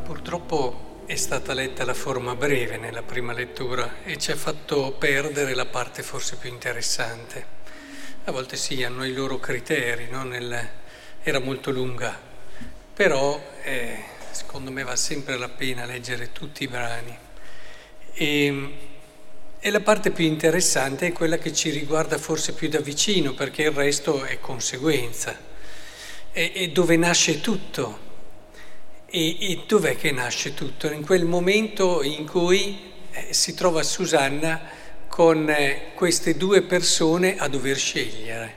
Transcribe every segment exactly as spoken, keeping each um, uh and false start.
Purtroppo è stata letta la forma breve nella prima lettura e ci ha fatto perdere la parte forse più interessante. A volte sì, hanno i loro criteri, no? Nel... Era molto lunga, però eh, secondo me va sempre la pena leggere tutti i brani. E, e la parte più interessante è quella che ci riguarda forse più da vicino, perché il resto è conseguenza. E, e dove nasce tutto. E, e dov'è che nasce tutto? In quel momento in cui eh, si trova Susanna con eh, queste due persone a dover scegliere.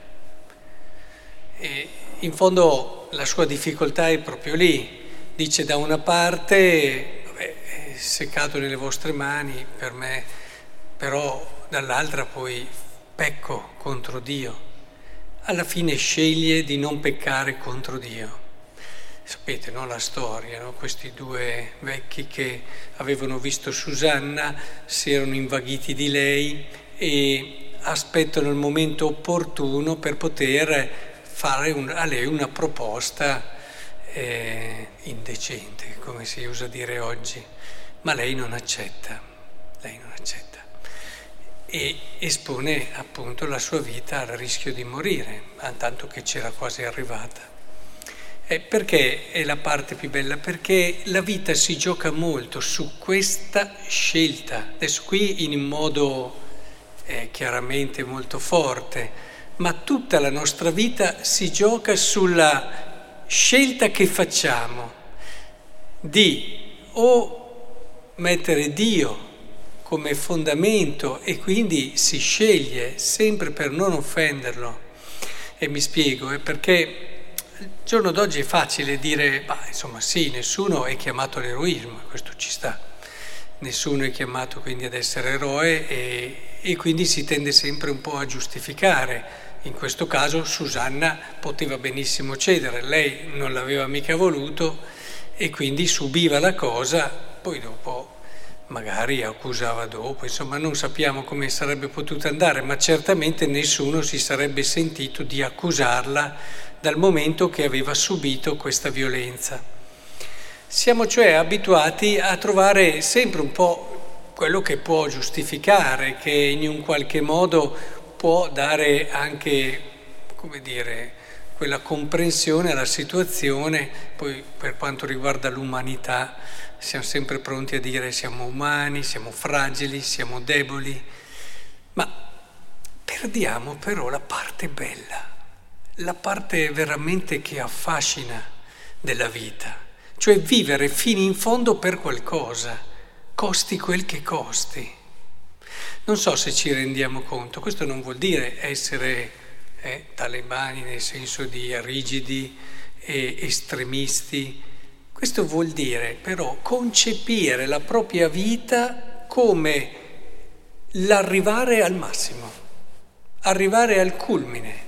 E in fondo la sua difficoltà è proprio lì. Dice da una parte, vabbè, è seccato nelle vostre mani per me, però dall'altra poi pecco contro Dio. Alla fine sceglie di non peccare contro Dio. Sapete, no, la storia, no? Questi due vecchi che avevano visto Susanna, si erano invaghiti di lei e aspettano il momento opportuno per poter fare un, a lei una proposta eh, indecente, come si usa dire oggi. Ma lei non accetta, lei non accetta e espone appunto la sua vita al rischio di morire, tanto che c'era quasi arrivata. Eh, perché è la parte più bella? Perché la vita si gioca molto su questa scelta, adesso qui in modo eh, chiaramente molto forte, ma tutta la nostra vita si gioca sulla scelta che facciamo di o mettere Dio come fondamento e quindi si sceglie sempre per non offenderlo. E mi spiego, è perché il giorno d'oggi è facile dire, bah, insomma sì, nessuno è chiamato all'eroismo, questo ci sta, nessuno è chiamato quindi ad essere eroe e, e quindi si tende sempre un po' a giustificare. In questo caso Susanna poteva benissimo cedere, lei non l'aveva mica voluto e quindi subiva la cosa, poi dopo magari accusava dopo, insomma non sappiamo come sarebbe potuto andare, ma certamente nessuno si sarebbe sentito di accusarla dal momento che aveva subito questa violenza. Siamo cioè abituati a trovare sempre un po' quello che può giustificare, che in un qualche modo può dare anche, come dire, quella comprensione alla situazione. Poi per quanto riguarda l'umanità siamo sempre pronti a dire siamo umani, siamo fragili, siamo deboli, ma perdiamo però la parte bella. La parte veramente che affascina della vita, cioè vivere fino in fondo per qualcosa, costi quel che costi. Non so se ci rendiamo conto, questo non vuol dire essere eh, talebani nel senso di rigidi e estremisti, questo vuol dire però concepire la propria vita come l'arrivare al massimo, arrivare al culmine.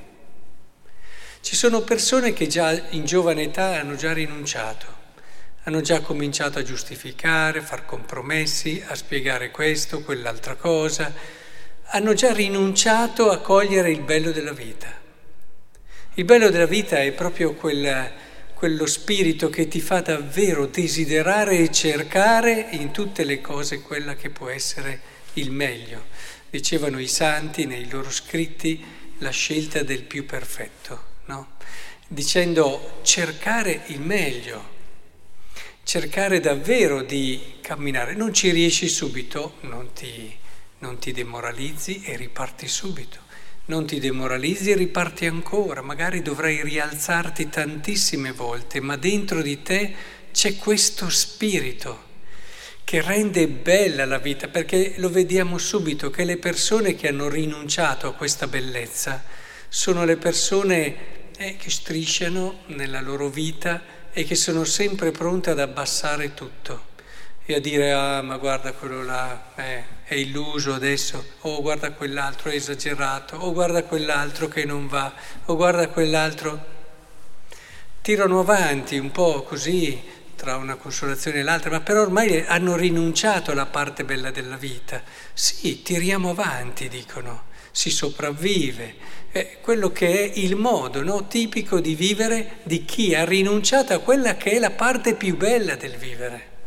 Ci sono persone che già in giovane età hanno già rinunciato, hanno già cominciato a giustificare, a far compromessi, a spiegare questo, quell'altra cosa, hanno già rinunciato a cogliere il bello della vita. Il bello della vita è proprio quel, quello spirito che ti fa davvero desiderare e cercare in tutte le cose quella che può essere il meglio. Dicevano i santi nei loro scritti la scelta del più perfetto. No? Dicendo cercare il meglio, cercare davvero di camminare. Non ci riesci subito, non ti, non ti demoralizzi e riparti subito. Non ti demoralizzi e riparti ancora. Magari dovrai rialzarti tantissime volte, ma dentro di te c'è questo spirito che rende bella la vita, perché lo vediamo subito che le persone che hanno rinunciato a questa bellezza sono le persone eh, che strisciano nella loro vita e che sono sempre pronte ad abbassare tutto e a dire ah ma guarda quello là eh, è illuso adesso, o guarda quell'altro è esagerato, o guarda quell'altro che non va, o guarda quell'altro. Tirano avanti un po' così tra una consolazione e l'altra, ma però ormai hanno rinunciato alla parte bella della vita. Sì, tiriamo avanti, dicono. Si sopravvive, è quello che è il modo, no, tipico di vivere di chi ha rinunciato a quella che è la parte più bella del vivere.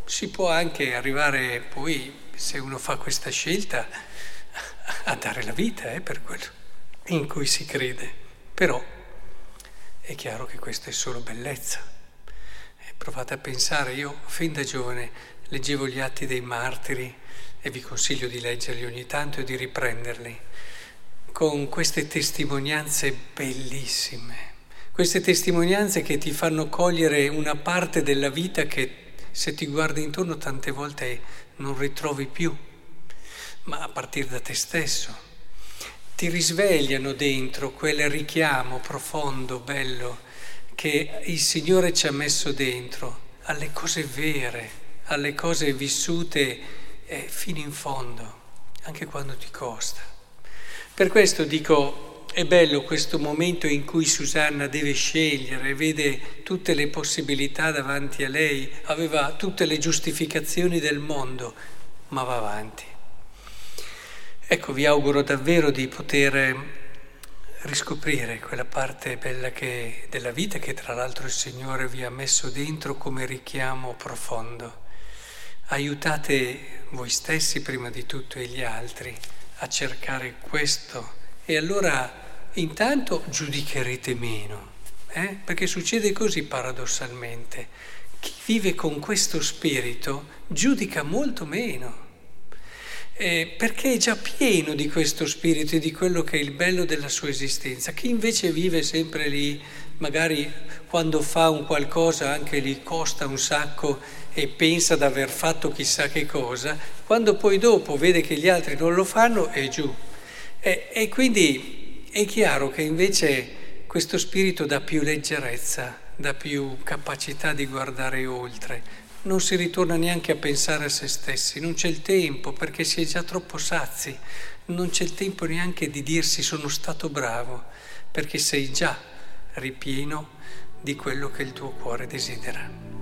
si può anche arrivare poi, se uno fa questa scelta, a dare la vita eh, per quello in cui si crede. Però è chiaro che questo è solo bellezza. E provate a pensare, io fin da giovane leggevo gli Atti dei Martiri e vi consiglio di leggerli ogni tanto e di riprenderli, con queste testimonianze bellissime, queste testimonianze che ti fanno cogliere una parte della vita che se ti guardi intorno tante volte non ritrovi più, ma a partire da te stesso. Ti risvegliano dentro quel richiamo profondo, bello, che il Signore ci ha messo dentro, alle cose vere, alle cose vissute eh, fino in fondo, anche quando ti costa. Per questo dico, è bello questo momento in cui Susanna deve scegliere, vede tutte le possibilità davanti a lei, aveva tutte le giustificazioni del mondo, ma va avanti. Ecco, vi auguro davvero di poter riscoprire quella parte bella che, della vita che tra l'altro il Signore vi ha messo dentro come richiamo profondo. Aiutate voi stessi prima di tutto e gli altri a cercare questo e allora intanto giudicherete meno, eh? Perché succede così paradossalmente. Chi vive con questo spirito giudica molto meno, eh, perché è già pieno di questo spirito e di quello che è il bello della sua esistenza. Chi invece vive sempre lì, magari quando fa un qualcosa anche gli costa un sacco e pensa di aver fatto chissà che cosa, quando poi dopo vede che gli altri non lo fanno è giù. E, e quindi è chiaro che invece questo spirito dà più leggerezza, dà più capacità di guardare oltre. Non si ritorna neanche a pensare a se stessi, non c'è il tempo perché si è già troppo sazi, non c'è il tempo neanche di dirsi sono stato bravo, perché sei già ripieno di quello che il tuo cuore desidera.